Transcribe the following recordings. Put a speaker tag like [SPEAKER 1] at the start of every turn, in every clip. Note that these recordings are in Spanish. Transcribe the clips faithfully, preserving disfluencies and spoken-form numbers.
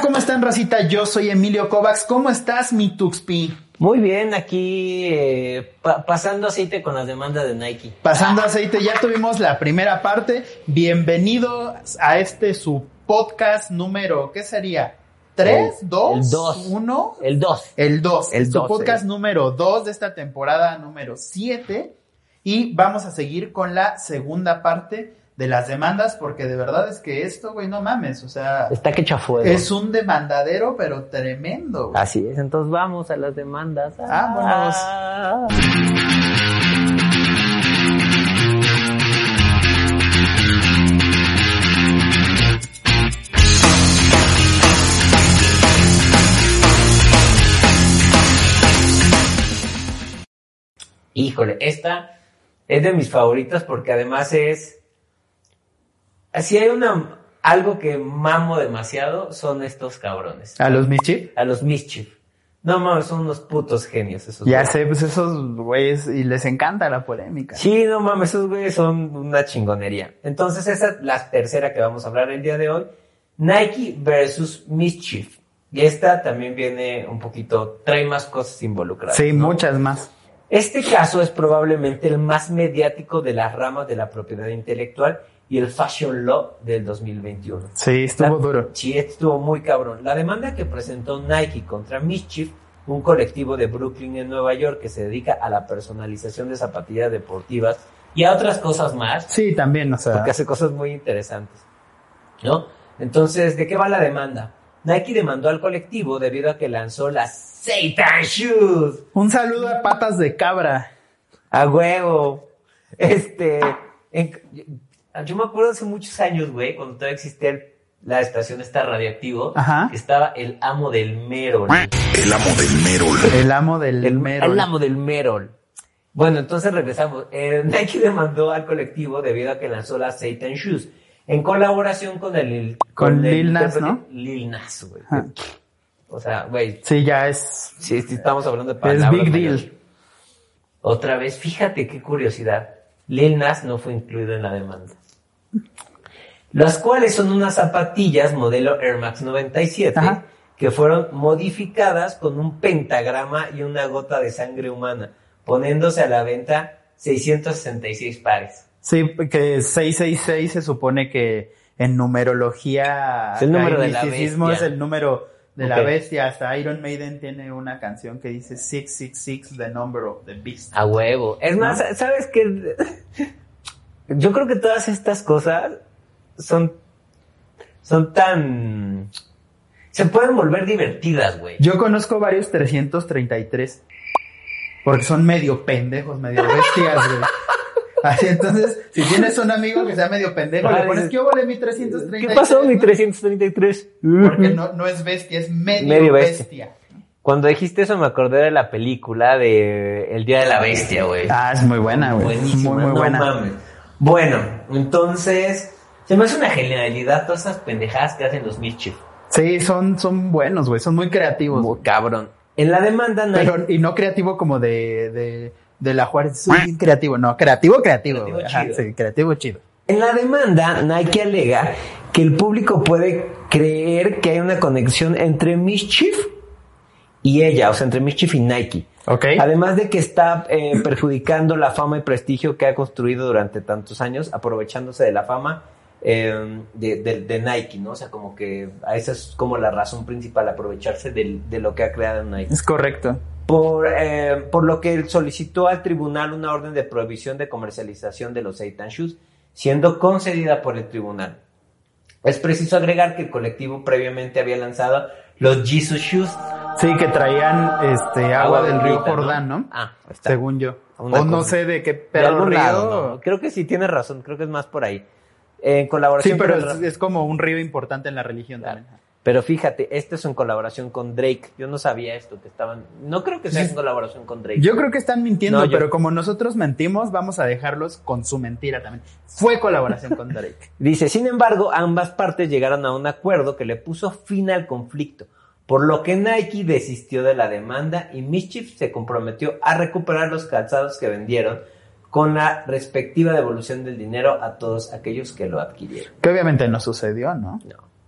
[SPEAKER 1] ¿cómo están, racita? Yo soy Emilio Kovacs. ¿Cómo estás, mi Tuxpi?
[SPEAKER 2] Muy bien, aquí eh, pa- pasando aceite con las demandas de Nike.
[SPEAKER 1] Pasando aceite, ya tuvimos la primera parte. Bienvenidos a este su podcast número, ¿qué sería? ¿Tres?
[SPEAKER 2] El,
[SPEAKER 1] ¿Dos?
[SPEAKER 2] El dos.
[SPEAKER 1] ¿Uno?
[SPEAKER 2] El dos.
[SPEAKER 1] El dos.
[SPEAKER 2] El
[SPEAKER 1] su
[SPEAKER 2] dos,
[SPEAKER 1] podcast
[SPEAKER 2] eh.
[SPEAKER 1] número dos de esta temporada número siete. Y vamos a seguir con la segunda parte de las demandas, porque de verdad es que esto, güey, no mames, o sea...
[SPEAKER 2] Está que echa fuego.
[SPEAKER 1] Es un demandadero, pero tremendo, güey.
[SPEAKER 2] Así es, entonces vamos a las demandas.
[SPEAKER 1] Vámonos.
[SPEAKER 2] Ah. Híjole, esta es de mis favoritas porque además es... Si hay una algo que mamo demasiado, son estos cabrones.
[SPEAKER 1] ¿A los Mischief?
[SPEAKER 2] A los Mischief. No mames, son unos putos genios esos
[SPEAKER 1] Ya
[SPEAKER 2] güeyes.
[SPEAKER 1] sé, pues esos güeyes, y les encanta la polémica.
[SPEAKER 2] Sí, no mames, esos güeyes son una chingonería. Entonces esa es la tercera que vamos a hablar el día de hoy. Nike versus Mischief. Y esta también viene un poquito, trae más cosas involucradas.
[SPEAKER 1] Sí,
[SPEAKER 2] ¿no?
[SPEAKER 1] muchas más.
[SPEAKER 2] Este caso es probablemente el más mediático de las ramas de la propiedad intelectual y el Fashion Law del dos mil veintiuno.
[SPEAKER 1] Sí, estuvo
[SPEAKER 2] La,
[SPEAKER 1] duro.
[SPEAKER 2] Sí, estuvo muy cabrón. La demanda que presentó Nike contra Mischief, un colectivo de Brooklyn en Nueva York que se dedica a la personalización de zapatillas deportivas y a otras cosas más.
[SPEAKER 1] Sí, también, o sea...
[SPEAKER 2] Porque hace cosas muy interesantes, ¿no? Entonces, ¿de qué va la demanda? Nike demandó al colectivo debido a que lanzó las Satan Shoes.
[SPEAKER 1] Un saludo a Patas de Cabra.
[SPEAKER 2] A huevo. Este... En, yo me acuerdo hace muchos años, güey, cuando todavía existía el, la estación esta radioactivo,
[SPEAKER 1] Ajá.
[SPEAKER 2] que estaba el amo del Merol.
[SPEAKER 3] El amo del Merol.
[SPEAKER 1] El amo del
[SPEAKER 2] El,
[SPEAKER 1] Merol.
[SPEAKER 2] el amo del Merol. Bueno, entonces regresamos. Eh, Nike demandó al colectivo debido a que lanzó las Satan Shoes en colaboración con el...
[SPEAKER 1] Con
[SPEAKER 2] el
[SPEAKER 1] Lil Nas,
[SPEAKER 2] intérprete-
[SPEAKER 1] ¿no?
[SPEAKER 2] Lil Nas, güey.
[SPEAKER 1] Ah.
[SPEAKER 2] O sea, güey,
[SPEAKER 1] Sí, ya es...
[SPEAKER 2] sí, sí estamos hablando de
[SPEAKER 1] Es
[SPEAKER 2] palabras
[SPEAKER 1] big
[SPEAKER 2] mayores.
[SPEAKER 1] deal.
[SPEAKER 2] Otra vez, fíjate qué curiosidad. Lil Nas no fue incluido en la demanda. Las cuales son unas zapatillas modelo Air Max noventa y siete
[SPEAKER 1] Ajá.
[SPEAKER 2] que fueron modificadas con un pentagrama y una gota de sangre humana, poniéndose a la venta seiscientos sesenta y seis pares.
[SPEAKER 1] Sí, que seiscientos sesenta y seis se supone que en numerología...
[SPEAKER 2] Es el número de la
[SPEAKER 1] misticismo
[SPEAKER 2] bestia.
[SPEAKER 1] es el número de la
[SPEAKER 2] Ok.
[SPEAKER 1] bestia. Hasta Iron Maiden tiene una canción que dice seiscientos sesenta y seis, the number of the beast.
[SPEAKER 2] A huevo. Es más,
[SPEAKER 1] ¿No?
[SPEAKER 2] ¿sabes qué? Yo creo que todas estas cosas son, son tan... Se pueden volver divertidas, güey.
[SPEAKER 1] Yo conozco varios trescientos treinta y tres. Porque son medio pendejos, medio bestias, güey. Así, entonces, si tienes un amigo que sea medio pendejo,
[SPEAKER 2] Ah,
[SPEAKER 1] le pones,
[SPEAKER 2] dices,
[SPEAKER 1] ¿qué hubo mi trescientos treinta y tres?
[SPEAKER 2] ¿Qué pasó, mi
[SPEAKER 1] ¿no?
[SPEAKER 2] trescientos treinta y tres?
[SPEAKER 1] Porque no, no es bestia, es medio,
[SPEAKER 2] Medio bestia.
[SPEAKER 1] bestia.
[SPEAKER 2] Cuando dijiste eso me acordé de la película de El Día de la Bestia, güey.
[SPEAKER 1] Ah, es muy buena, güey.
[SPEAKER 2] Buenísima,
[SPEAKER 1] Muy, muy
[SPEAKER 2] no
[SPEAKER 1] buena.
[SPEAKER 2] mames. Bueno, entonces, se me hace una genialidad todas esas pendejadas que hacen los Mischief.
[SPEAKER 1] Sí, son, son buenos, güey. Son muy creativos.
[SPEAKER 2] Muy cabrón. En la demanda no hay...
[SPEAKER 1] Pero, y no creativo como de, de, de la Juárez. Soy bien creativo, no. Creativo, creativo.
[SPEAKER 2] Creativo
[SPEAKER 1] güey. Ajá,
[SPEAKER 2] chido.
[SPEAKER 1] sí, creativo chido.
[SPEAKER 2] En la demanda, Nike alega que el público puede creer que hay una conexión entre Mischief y ella, o sea, entre Mischief y Nike.
[SPEAKER 1] Ok.
[SPEAKER 2] Además de que está eh, perjudicando la fama y prestigio que ha construido durante tantos años, aprovechándose de la fama eh, de, de, de Nike, ¿no? O sea, como que a esa es como la razón principal, aprovecharse de, de lo que ha creado Nike.
[SPEAKER 1] Es correcto.
[SPEAKER 2] Por, eh, por lo que solicitó al tribunal una orden de prohibición de comercialización de los Satan Shoes, siendo concedida por el tribunal. Es preciso agregar que el colectivo previamente había lanzado los Jesus Shoes.
[SPEAKER 1] Sí, que traían este agua del río
[SPEAKER 2] bendita,
[SPEAKER 1] Jordán, ¿no?
[SPEAKER 2] Ah, ahí está.
[SPEAKER 1] Según yo.
[SPEAKER 2] Una
[SPEAKER 1] O no
[SPEAKER 2] cosa.
[SPEAKER 1] sé de qué
[SPEAKER 2] De
[SPEAKER 1] perro
[SPEAKER 2] algún
[SPEAKER 1] río.
[SPEAKER 2] lado, ¿no? Creo que sí, tienes razón, creo que es más por ahí. En
[SPEAKER 1] Sí,
[SPEAKER 2] colaboración
[SPEAKER 1] pero
[SPEAKER 2] con
[SPEAKER 1] es,
[SPEAKER 2] el-
[SPEAKER 1] es como un río importante en la religión
[SPEAKER 2] Claro.
[SPEAKER 1] también.
[SPEAKER 2] Pero fíjate, esto es en colaboración con Drake. Yo no sabía esto, que estaban... No creo que sea en colaboración con Drake.
[SPEAKER 1] Yo creo que están mintiendo,
[SPEAKER 2] No, yo-
[SPEAKER 1] pero como nosotros mentimos, vamos a dejarlos con su mentira también. Fue colaboración con Drake.
[SPEAKER 2] Dice, sin embargo, ambas partes llegaron a un acuerdo que le puso fin al conflicto, por lo que Nike desistió de la demanda y Mischief se comprometió a recuperar los calzados que vendieron con la respectiva devolución del dinero a todos aquellos que lo adquirieron.
[SPEAKER 1] Que obviamente no sucedió, ¿no?
[SPEAKER 2] No.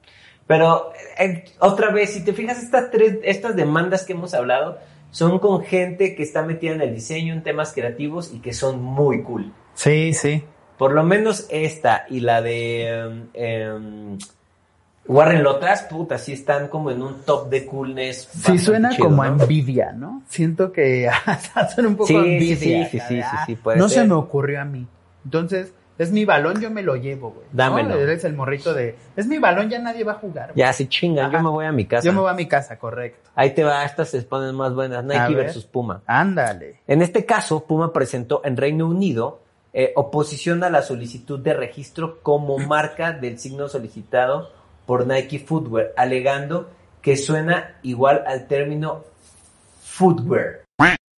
[SPEAKER 2] Pero eh, otra vez, si te fijas, estas tres, estas demandas que hemos hablado son con gente que está metida en el diseño, en temas creativos y que son muy cool.
[SPEAKER 1] Sí, sí.
[SPEAKER 2] Por lo menos esta y la de eh, um, Warren Lotas, puta, sí están como en un top de coolness.
[SPEAKER 1] Sí, suena
[SPEAKER 2] chido,
[SPEAKER 1] como
[SPEAKER 2] ¿no?
[SPEAKER 1] a envidia, ¿no? Siento que suena un poco
[SPEAKER 2] Sí,
[SPEAKER 1] a
[SPEAKER 2] sí,
[SPEAKER 1] envidia.
[SPEAKER 2] sí, sí, sí,
[SPEAKER 1] ah,
[SPEAKER 2] sí, sí, puede
[SPEAKER 1] no
[SPEAKER 2] ser.
[SPEAKER 1] se me ocurrió a mí. Entonces, es mi balón, yo me lo llevo, güey.
[SPEAKER 2] Dámelo.
[SPEAKER 1] ¿No? Eres el morrito de, es mi balón, ya nadie va a jugar, güey.
[SPEAKER 2] Ya, se chingan,
[SPEAKER 1] Ajá.
[SPEAKER 2] yo me voy a mi casa.
[SPEAKER 1] Yo me voy a mi casa, correcto.
[SPEAKER 2] Ahí te va, estas se ponen más buenas.
[SPEAKER 1] A
[SPEAKER 2] Nike
[SPEAKER 1] ver.
[SPEAKER 2] versus Puma.
[SPEAKER 1] Ándale.
[SPEAKER 2] En este caso, Puma presentó en Reino Unido eh, oposición a la solicitud de registro como marca del signo solicitado por Nike Footwear, alegando que suena igual al término footwear.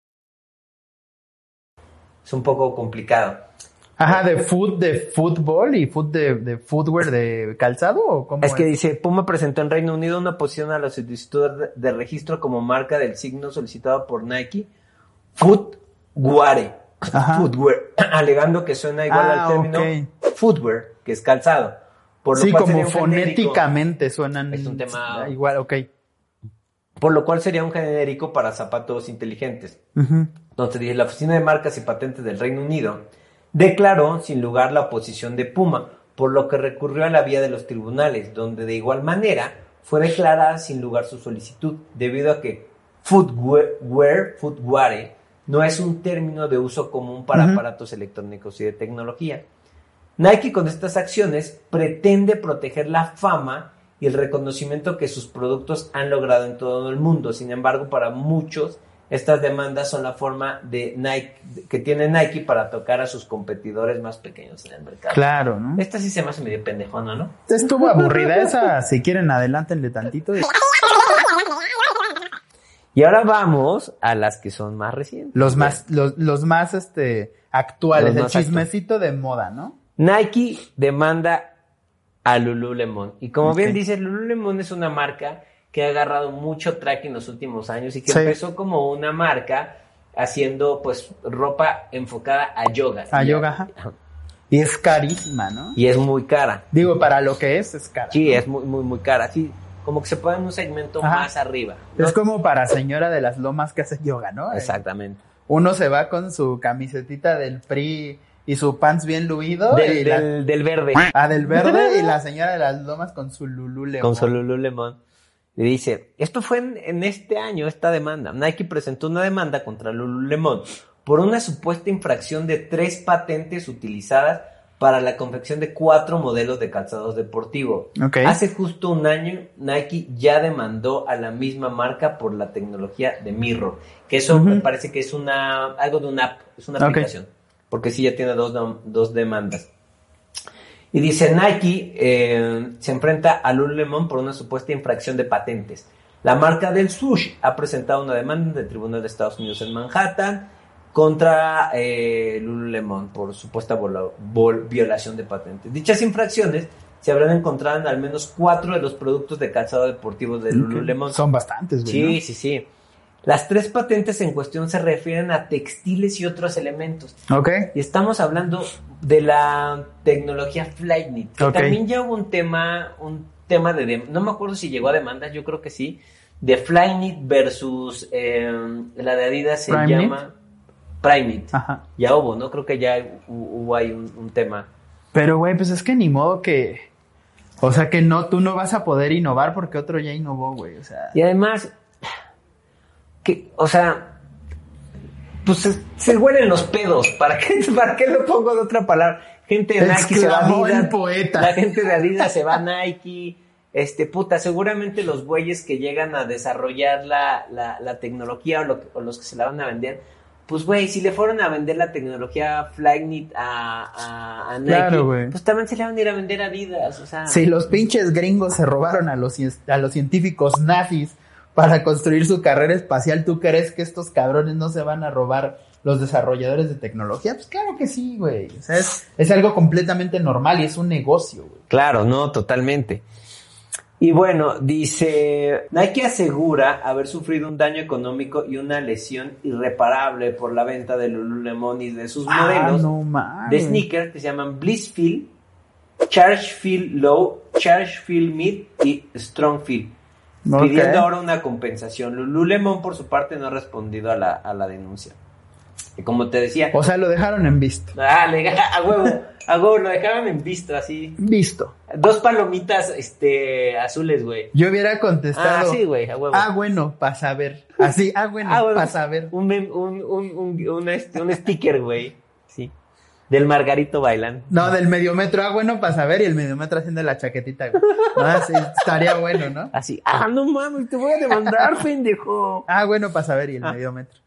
[SPEAKER 2] Es un poco complicado.
[SPEAKER 1] Ajá, de foot, de fútbol y foot de, de footwear de calzado, ¿o cómo
[SPEAKER 2] Es que dice, Puma presentó en Reino Unido una oposición a la solicitud de, de registro como marca del signo solicitado por Nike Footwear,
[SPEAKER 1] Ajá.
[SPEAKER 2] footwear, alegando que suena igual
[SPEAKER 1] Ah,
[SPEAKER 2] al término
[SPEAKER 1] ok.
[SPEAKER 2] footwear, que es calzado. Por lo
[SPEAKER 1] Sí,
[SPEAKER 2] cual
[SPEAKER 1] como
[SPEAKER 2] sería un genérico-
[SPEAKER 1] fonéticamente suenan
[SPEAKER 2] Es un tema-
[SPEAKER 1] igual, ok.
[SPEAKER 2] Por lo cual sería un genérico para zapatos inteligentes.
[SPEAKER 1] Ujú.
[SPEAKER 2] Entonces, dice, la Oficina de Marcas y Patentes del Reino Unido declaró sin lugar la oposición de Puma, por lo que recurrió a la vía de los tribunales, donde de igual manera fue declarada sin lugar su solicitud, debido a que footwear, footwear no es un término de uso común para
[SPEAKER 1] Ujú.
[SPEAKER 2] aparatos electrónicos y de tecnología. Nike con estas acciones pretende proteger la fama y el reconocimiento que sus productos han logrado en todo el mundo. Sin embargo, para muchos, estas demandas son la forma de Nike que tiene Nike para tocar a sus competidores más pequeños en el mercado.
[SPEAKER 1] Claro, ¿no?
[SPEAKER 2] Esta sí se me hace medio pendejona, ¿no?
[SPEAKER 1] Estuvo aburrida esa, si quieren adelántenle tantito.
[SPEAKER 2] Y ahora vamos a las que son más recientes.
[SPEAKER 1] Los más, los, los más este actuales,
[SPEAKER 2] Los
[SPEAKER 1] el
[SPEAKER 2] más
[SPEAKER 1] chismecito de moda, ¿no?
[SPEAKER 2] Nike demanda a Lululemon. Y como bien
[SPEAKER 1] Ok.
[SPEAKER 2] dice, Lululemon es una marca que ha agarrado mucho track en los últimos años y que
[SPEAKER 1] Sí.
[SPEAKER 2] empezó como una marca haciendo pues ropa enfocada a yoga.
[SPEAKER 1] A
[SPEAKER 2] Y
[SPEAKER 1] yoga, ajá. Y es carísima, ¿no?
[SPEAKER 2] Y es muy cara.
[SPEAKER 1] Digo, para lo que es, es cara.
[SPEAKER 2] Sí,
[SPEAKER 1] ¿no?
[SPEAKER 2] es muy, muy, muy cara. Sí, como que se pone en un segmento
[SPEAKER 1] Ajá.
[SPEAKER 2] más arriba. ¿no?
[SPEAKER 1] Es como para señora de las lomas que hace yoga, ¿no?
[SPEAKER 2] Exactamente.
[SPEAKER 1] Uno se va con su camisetita del P R I y su pants bien luido.
[SPEAKER 2] Del,
[SPEAKER 1] y la-
[SPEAKER 2] del, del verde.
[SPEAKER 1] Ah, del verde y la señora de las lomas con su Lululemon.
[SPEAKER 2] Con su Lululemon. Y dice, esto fue en, en este año, esta demanda. Nike presentó una demanda contra Lululemon por una supuesta infracción de tres patentes utilizadas para la confección de cuatro modelos de calzados deportivos.
[SPEAKER 1] Ok.
[SPEAKER 2] Hace justo un año, Nike ya demandó a la misma marca por la tecnología de Mirror, que eso
[SPEAKER 1] Ujú.
[SPEAKER 2] me parece que es una algo de una app, es una
[SPEAKER 1] Ok.
[SPEAKER 2] aplicación, porque sí ya tiene dos, dem- dos demandas. Y dice, Nike eh, se enfrenta a Lululemon por una supuesta infracción de patentes. La marca del sushi ha presentado una demanda del Tribunal de Estados Unidos en Manhattan contra eh, Lululemon por supuesta vola- vol- violación de patentes. Dichas infracciones se habrán encontrado en al menos cuatro de los productos de calzado deportivo de Lululemon.
[SPEAKER 1] Son bastantes, güey.
[SPEAKER 2] Sí,
[SPEAKER 1] ¿no?
[SPEAKER 2] sí, sí. Las tres patentes en cuestión se refieren a textiles y otros elementos.
[SPEAKER 1] Ok.
[SPEAKER 2] Y estamos hablando de la tecnología Flyknit, que
[SPEAKER 1] Ok.
[SPEAKER 2] también ya hubo un tema, un tema de, dem- no me acuerdo si llegó a demandas, yo creo que sí, de Flyknit versus eh, la de Adidas se
[SPEAKER 1] Primeknit.
[SPEAKER 2] llama Primeknit.
[SPEAKER 1] Ajá.
[SPEAKER 2] Ya hubo, ¿no? Creo que ya hu- hubo ahí un, un tema.
[SPEAKER 1] Pero, güey, pues es que ni modo que... O sea, que no, tú no vas a poder innovar porque otro ya innovó, güey. O sea...
[SPEAKER 2] Y además, que, o sea, pues se, se huelen los pedos. ¿Para qué, ¿Para qué lo pongo de otra palabra? Gente de Nike se va a
[SPEAKER 1] Exclamó el
[SPEAKER 2] Adidas.
[SPEAKER 1] poeta.
[SPEAKER 2] La gente de Adidas se va a Nike. Este, puta, seguramente los güeyes que llegan a desarrollar la, la, la tecnología o, lo que- o los que se la van a vender, pues güey, si le fueron a vender la tecnología Flyknit a, a, a Nike,
[SPEAKER 1] Claro, güey.
[SPEAKER 2] pues también se le van a ir a vender a Adidas, o sea.
[SPEAKER 1] Si los pinches gringos se robaron a los, cien- a los científicos nazis para construir su carrera espacial, ¿tú crees que estos cabrones no se van a robar los desarrolladores de tecnología? Pues claro que sí, güey. O sea, es, es algo completamente normal y es un negocio, güey.
[SPEAKER 2] Claro, no, totalmente. Y bueno, dice, Nike asegura haber sufrido un daño económico y una lesión irreparable por la venta de Lululemon y de sus modelos
[SPEAKER 1] Ah, no mames.
[SPEAKER 2] de sneakers que se llaman Blissfeel Charge Feel Low, Charge Feel Mid y Strong Feel. Okay. Pidiendo ahora una compensación. Lululemon, por su parte, no ha respondido a la, a la denuncia. Y como te decía...
[SPEAKER 1] O sea, lo dejaron en visto.
[SPEAKER 2] Ah, le, a huevo, a huevo, lo dejaron en visto, así.
[SPEAKER 1] Visto.
[SPEAKER 2] Dos palomitas, este, azules, güey.
[SPEAKER 1] Yo hubiera contestado...
[SPEAKER 2] Ah, sí, güey, a huevo.
[SPEAKER 1] Ah, bueno, para saber. Así, ah, bueno, ah, bueno para saber.
[SPEAKER 2] Un, un, un, un, un, este, un sticker, güey. Sí. Del Margarito bailando.
[SPEAKER 1] No, del mediometro, ah, bueno, para saber, y el mediometro haciendo la chaquetita, güey. Ah, sí, estaría bueno, ¿no?
[SPEAKER 2] Así, ah, no mames, te voy a demandar, pendejo.
[SPEAKER 1] Ah, bueno, para saber, y el ah. mediometro.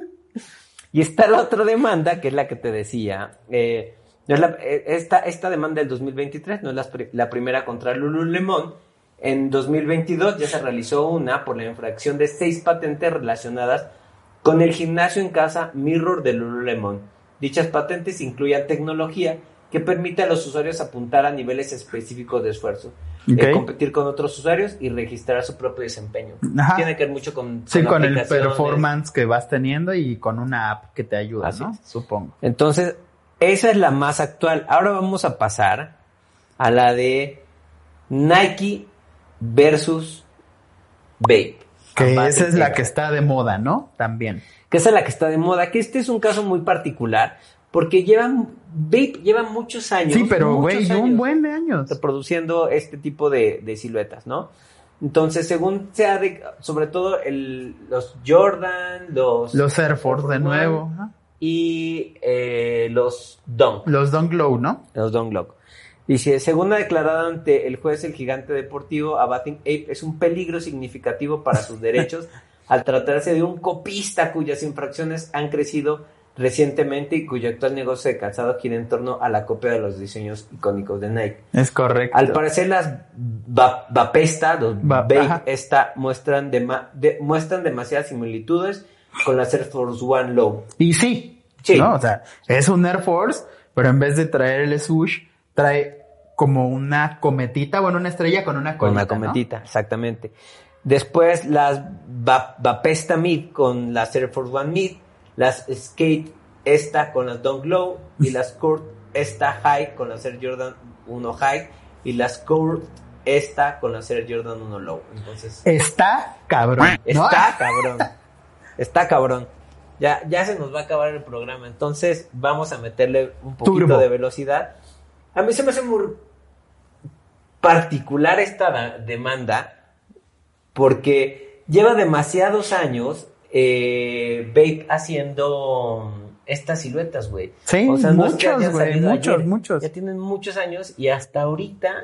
[SPEAKER 2] Y está la otra demanda, que es la que te decía. Eh, no es la, esta, esta demanda del dos mil veintitrés no es la, la primera contra Lululemon. En dos mil veintidós ya se realizó una por la infracción de seis patentes relacionadas con el gimnasio en casa Mirror de Lululemon. Dichas patentes incluyen tecnología que permite a los usuarios apuntar a niveles específicos de esfuerzo, okay. eh, competir con otros usuarios y registrar su propio desempeño. Ajá. Tiene que ver mucho con,
[SPEAKER 1] sí, con, con el performance que vas teniendo y con una app que te ayuda, así ¿no? Es. Supongo.
[SPEAKER 2] Entonces, esa es la más actual. Ahora vamos a pasar a la de Nike versus Vape.
[SPEAKER 1] Que esa es la que está de moda, ¿no? También.
[SPEAKER 2] Que esa es la que está de moda, que este es un caso muy particular, porque llevan, Vape lleva muchos años.
[SPEAKER 1] Sí, pero güey, un buen de años.
[SPEAKER 2] Produciendo este tipo de, de siluetas, ¿no? Entonces, según se ha de, sobre todo el, los Jordan, los...
[SPEAKER 1] Los Air Force de nuevo. ¿No?
[SPEAKER 2] Y eh, los Dunk.
[SPEAKER 1] Los Dunk Low, ¿no?
[SPEAKER 2] Los Dunk Low. Dice, según ha declarado ante el juez el gigante deportivo, Abating Ape es un peligro significativo para sus derechos al tratarse de un copista cuyas infracciones han crecido recientemente y cuyo actual negocio de calzado gira en torno a la copia de los diseños icónicos de Nike.
[SPEAKER 1] Es correcto.
[SPEAKER 2] Al parecer las va- Vapesta, los Va- Vape esta muestran, dema- de- muestran demasiadas similitudes con las Air Force One Low.
[SPEAKER 1] Y sí, sí. ¿No? O sea, es un Air Force, pero en vez de traer el swoosh, trae como una cometita, bueno, una estrella con una cometa,
[SPEAKER 2] Con una cometita, ¿no? Exactamente. Después las Va- Vapesta Mid con las Air Force One Mid, las Skate esta con las Dunk Low y las Kurt esta High con las Air Jordan uno High y las Kurt esta con las Air Jordan uno Low. Entonces,
[SPEAKER 1] está cabrón.
[SPEAKER 2] Está ¿no? cabrón. Está cabrón. Ya, ya se nos va a acabar el programa, entonces vamos a meterle un poquito Turbo. de velocidad. A mí se me hace muy particular esta da- demanda porque lleva demasiados años eh, Vape haciendo estas siluetas, güey.
[SPEAKER 1] Sí,
[SPEAKER 2] o sea,
[SPEAKER 1] muchos, güey, muchos,
[SPEAKER 2] ayer,
[SPEAKER 1] muchos.
[SPEAKER 2] Ya tienen muchos años y hasta ahorita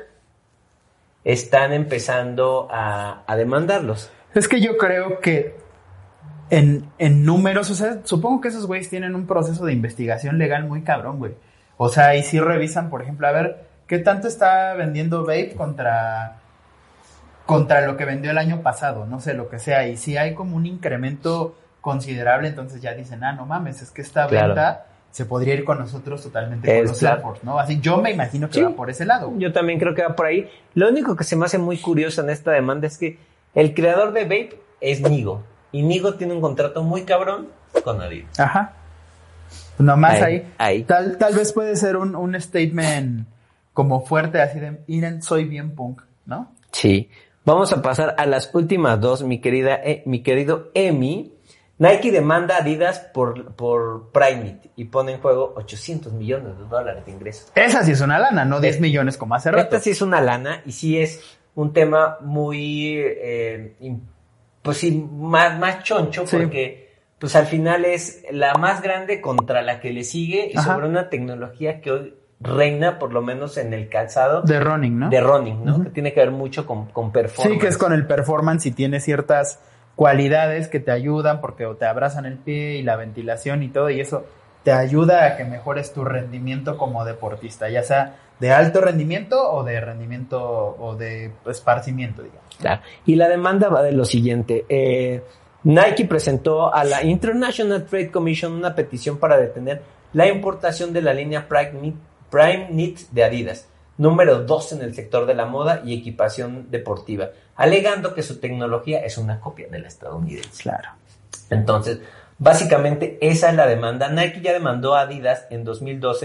[SPEAKER 2] están empezando a, a demandarlos.
[SPEAKER 1] Es que yo creo que en, en números, o sea, supongo que esos güeyes tienen un proceso de investigación legal muy cabrón, güey. O sea, y sí revisan, por ejemplo, a ver, ¿qué tanto está vendiendo Vape contra... contra lo que vendió el año pasado, no sé, lo que sea, y si hay como un incremento considerable, entonces ya dicen, ah, no mames, es que esta claro. venta se podría ir con nosotros totalmente es con los claro. Air Force, ¿no? Así yo me imagino que sí. va por ese lado.
[SPEAKER 2] Yo también creo que va por ahí. Lo único que se me hace muy curioso en esta demanda es que el creador de Vape es Nigo, y Nigo tiene un contrato muy cabrón con Adidas.
[SPEAKER 1] Ajá. Nomás ahí.
[SPEAKER 2] ahí. ahí.
[SPEAKER 1] Tal, tal vez puede ser un, un statement como fuerte, así de, miren, soy bien punk, ¿no?
[SPEAKER 2] Sí. Vamos a pasar a las últimas dos, mi querida, eh, mi querido Emi. Nike demanda a Adidas por, por Primeknit y pone en juego ochocientos millones de dólares de ingresos.
[SPEAKER 1] Esa sí es una lana, no diez millones como hace rato.
[SPEAKER 2] Esta sí es una lana y sí es un tema muy, eh, pues sí, más, más choncho sí. porque pues al final es la más grande contra la que le sigue y Ajá. sobre una tecnología que hoy reina, por lo menos en el calzado.
[SPEAKER 1] De running, ¿no?
[SPEAKER 2] De running, ¿no? Uh-huh. Que tiene que ver mucho con, con performance.
[SPEAKER 1] Sí, que es con el performance y tiene ciertas cualidades que te ayudan porque te abrazan el pie y la ventilación y todo, y eso te ayuda a que mejores tu rendimiento como deportista, ya sea de alto rendimiento o de rendimiento o de esparcimiento, digamos.
[SPEAKER 2] Claro. Y la demanda va de lo siguiente. Eh, Nike presentó a la International Trade Commission una petición para detener la importación de la línea Primeknit Primeknit de Adidas, número dos en el sector de la moda y equipación deportiva, alegando que su tecnología es una copia de la estadounidense.
[SPEAKER 1] Claro.
[SPEAKER 2] Entonces, básicamente esa es la demanda. Nike ya demandó a Adidas en dos mil doce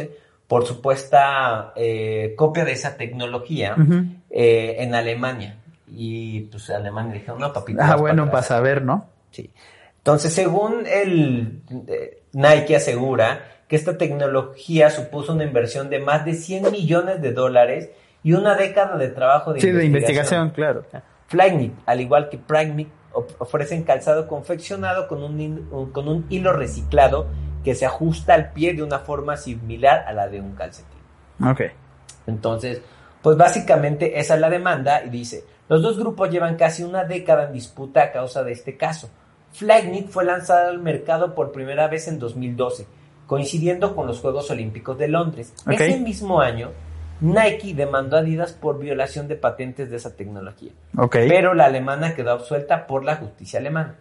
[SPEAKER 2] por supuesta eh, copia de esa tecnología uh-huh. eh, en Alemania. Y pues Alemania dijeron, no, papito.
[SPEAKER 1] Ah, bueno, para saber, ¿no?
[SPEAKER 2] Sí. Entonces, según el eh, Nike asegura que esta tecnología supuso una inversión de más de cien millones de dólares y una década de trabajo de
[SPEAKER 1] sí,
[SPEAKER 2] investigación.
[SPEAKER 1] Sí, de investigación, claro.
[SPEAKER 2] Flyknit, al igual que Primeknit, ofrecen calzado confeccionado con un, un, con un hilo reciclado que se ajusta al pie de una forma similar a la de un calcetín.
[SPEAKER 1] Ok.
[SPEAKER 2] Entonces, pues básicamente esa es la demanda y dice, los dos grupos llevan casi una década en disputa a causa de este caso. Flyknit fue lanzado al mercado por primera vez en dos mil doce, coincidiendo con los Juegos Olímpicos de Londres. Okay. Ese mismo año, Nike demandó a Adidas por violación de patentes de esa tecnología.
[SPEAKER 1] Okay.
[SPEAKER 2] Pero la alemana quedó absuelta por la justicia alemana.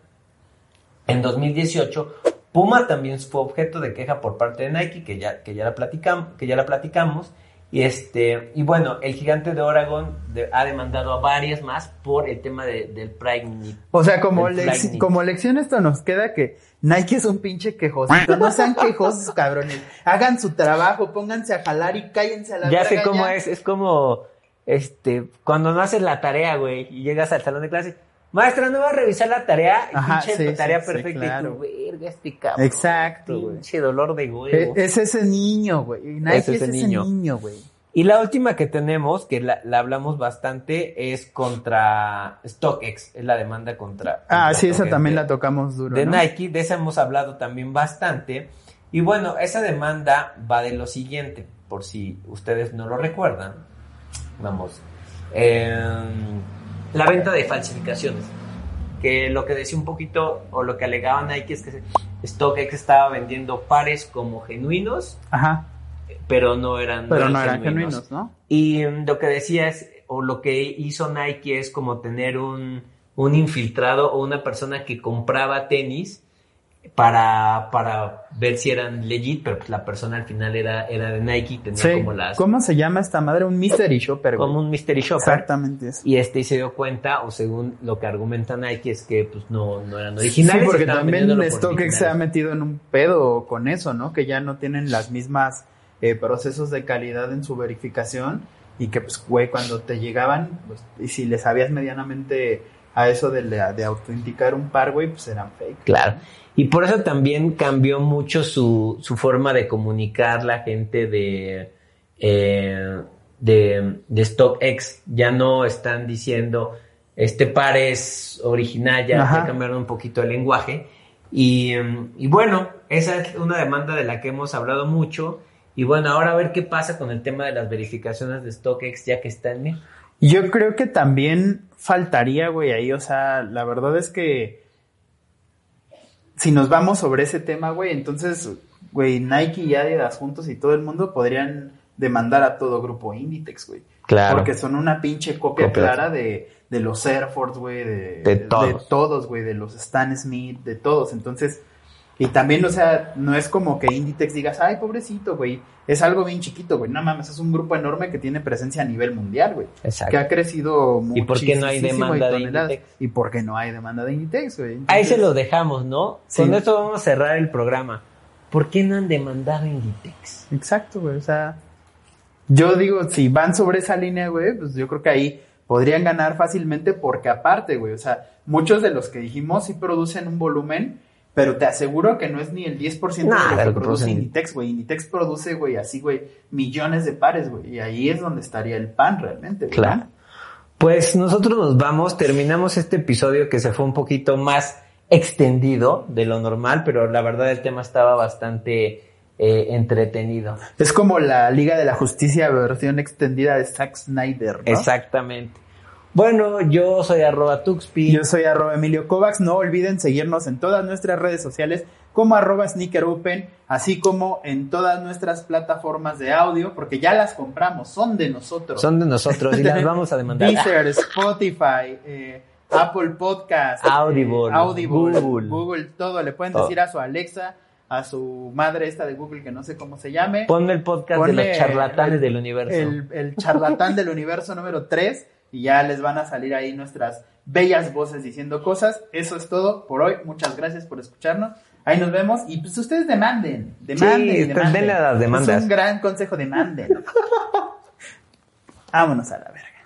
[SPEAKER 2] En dos mil dieciocho, Puma también fue objeto de queja por parte de Nike, que ya, que ya, la, platicam, que ya la platicamos. Y, este, y bueno, el gigante de Oregon de, ha demandado a varias más por el tema de, del Primeknit.
[SPEAKER 1] O sea, como, lec- como lección esto nos queda que Nike es un pinche quejosito. No sean quejosos, cabrones. Hagan su trabajo, pónganse a jalar y cállense a la
[SPEAKER 2] Ya
[SPEAKER 1] verga,
[SPEAKER 2] sé cómo
[SPEAKER 1] ya.
[SPEAKER 2] es, es como este cuando no haces la tarea, güey, y llegas al salón de clase. Maestra, ¿no va a revisar la tarea?
[SPEAKER 1] Ajá,
[SPEAKER 2] pinche
[SPEAKER 1] sí,
[SPEAKER 2] tarea
[SPEAKER 1] sí,
[SPEAKER 2] perfecta.
[SPEAKER 1] sí, claro.
[SPEAKER 2] Y tu verga, este cabrón.
[SPEAKER 1] Exacto, güey.
[SPEAKER 2] Pinche dolor de huevo.
[SPEAKER 1] Es, es ese niño, güey. Nike es ese,
[SPEAKER 2] es ese niño,
[SPEAKER 1] güey.
[SPEAKER 2] Y la última que tenemos, que la, la hablamos bastante, es contra StockX. Es la demanda contra...
[SPEAKER 1] Ah,
[SPEAKER 2] contra
[SPEAKER 1] sí, esa también
[SPEAKER 2] de,
[SPEAKER 1] la tocamos duro,
[SPEAKER 2] De
[SPEAKER 1] ¿no?
[SPEAKER 2] Nike, de esa hemos hablado también bastante. Y bueno, esa demanda va de lo siguiente, por si ustedes no lo recuerdan. Vamos. Eh, la venta de falsificaciones. Que lo que decía un poquito, o lo que alegaba Nike, es que StockX estaba vendiendo pares como genuinos.
[SPEAKER 1] Ajá.
[SPEAKER 2] Pero no eran,
[SPEAKER 1] pero
[SPEAKER 2] no
[SPEAKER 1] no
[SPEAKER 2] eran
[SPEAKER 1] eran
[SPEAKER 2] genuinos.
[SPEAKER 1] genuinos, ¿no?
[SPEAKER 2] Y um, lo que decía es, o lo que hizo Nike es como tener un, un infiltrado o una persona que compraba tenis para, para ver si eran legit, pero pues la persona al final era, era de Nike, tenía
[SPEAKER 1] sí.
[SPEAKER 2] como las...
[SPEAKER 1] ¿Cómo se llama esta madre? Un mystery shopper, güey.
[SPEAKER 2] Como un mystery shopper.
[SPEAKER 1] Exactamente eso.
[SPEAKER 2] Y este se dio cuenta, o según lo que argumenta Nike, es que pues no, no eran originales.
[SPEAKER 1] Sí, porque también StockX se ha metido en un pedo con eso, ¿no? Que ya no tienen las mismas... Eh, procesos de calidad en su verificación y que pues güey cuando te llegaban pues, y si le sabías medianamente a eso de, de autenticar un par güey pues eran fake.
[SPEAKER 2] Claro, y por eso también cambió mucho su, su forma de comunicar la gente de eh, de, de StockX. Ya no están diciendo este par es original, ya, ya cambiaron un poquito el lenguaje y, y bueno, esa es una demanda de la que hemos hablado mucho. Y bueno, ahora a ver qué pasa con el tema de las verificaciones de StockX ya que está en México.
[SPEAKER 1] Yo creo que también faltaría, güey, ahí, o sea, la verdad es que si nos vamos sobre ese tema, güey, entonces, güey, Nike y Adidas juntos y todo el mundo podrían demandar a todo grupo Inditex, güey.
[SPEAKER 2] Claro.
[SPEAKER 1] Porque son una pinche copia, copia. clara de, de los Air Force, güey, de,
[SPEAKER 2] de todos,
[SPEAKER 1] de todos, güey, de los Stan Smith, de todos, entonces... Y también, o sea, no es como que Inditex digas, ay, pobrecito, güey. Es algo bien chiquito, güey. No mames, es un grupo enorme que tiene presencia a nivel mundial, güey.
[SPEAKER 2] Exacto.
[SPEAKER 1] Que ha crecido muchísimo.
[SPEAKER 2] ¿Y por qué no hay demanda de Inditex?
[SPEAKER 1] ¿Y por qué no hay demanda de Inditex, güey?
[SPEAKER 2] Entonces, ahí se lo dejamos, ¿no?
[SPEAKER 1] Sí.
[SPEAKER 2] Con esto vamos a cerrar el programa. ¿Por qué no han demandado Inditex?
[SPEAKER 1] Exacto, güey. O sea, yo digo, si van sobre esa línea, güey, pues yo creo que ahí podrían ganar fácilmente porque aparte, güey, o sea, muchos de los que dijimos sí producen un volumen... Pero te aseguro que no es ni el diez por ciento nah, de lo que, que produce Inditex, güey. Inditex produce, güey, así, güey, millones de pares, güey. Y ahí es donde estaría el pan realmente, güey.
[SPEAKER 2] Claro. Pues nosotros nos vamos, terminamos este episodio que se fue un poquito más extendido de lo normal, pero la verdad el tema estaba bastante eh, entretenido.
[SPEAKER 1] Es como la Liga de la Justicia versión extendida de Zack Snyder, ¿no?
[SPEAKER 2] Exactamente. Bueno, yo soy arroba Tuxpi.
[SPEAKER 1] Yo soy arroba Emilio Kovacs. No olviden seguirnos en todas nuestras redes sociales como arroba SneakerOpen, así como en todas nuestras plataformas de audio, porque ya las compramos, son de nosotros.
[SPEAKER 2] Son de nosotros y las vamos a demandar.
[SPEAKER 1] Deezer, Spotify, eh, Apple Podcast,
[SPEAKER 2] Audible,
[SPEAKER 1] eh, Audible
[SPEAKER 2] Google.
[SPEAKER 1] Google, todo. Le pueden
[SPEAKER 2] todo.
[SPEAKER 1] decir a su Alexa, a su madre esta de Google que no sé cómo se llame.
[SPEAKER 2] Ponme el podcast
[SPEAKER 1] Ponle
[SPEAKER 2] de los charlatanes
[SPEAKER 1] el,
[SPEAKER 2] del universo.
[SPEAKER 1] El, el charlatán del universo número tres. y ya les van a salir ahí nuestras bellas voces diciendo cosas. Eso es todo por hoy. Muchas gracias por escucharnos. Ahí nos vemos y pues ustedes demanden, demanden,
[SPEAKER 2] sí,
[SPEAKER 1] demanden.
[SPEAKER 2] denle a las demandas.
[SPEAKER 1] Es un gran consejo, demanden. Vámonos a la verga.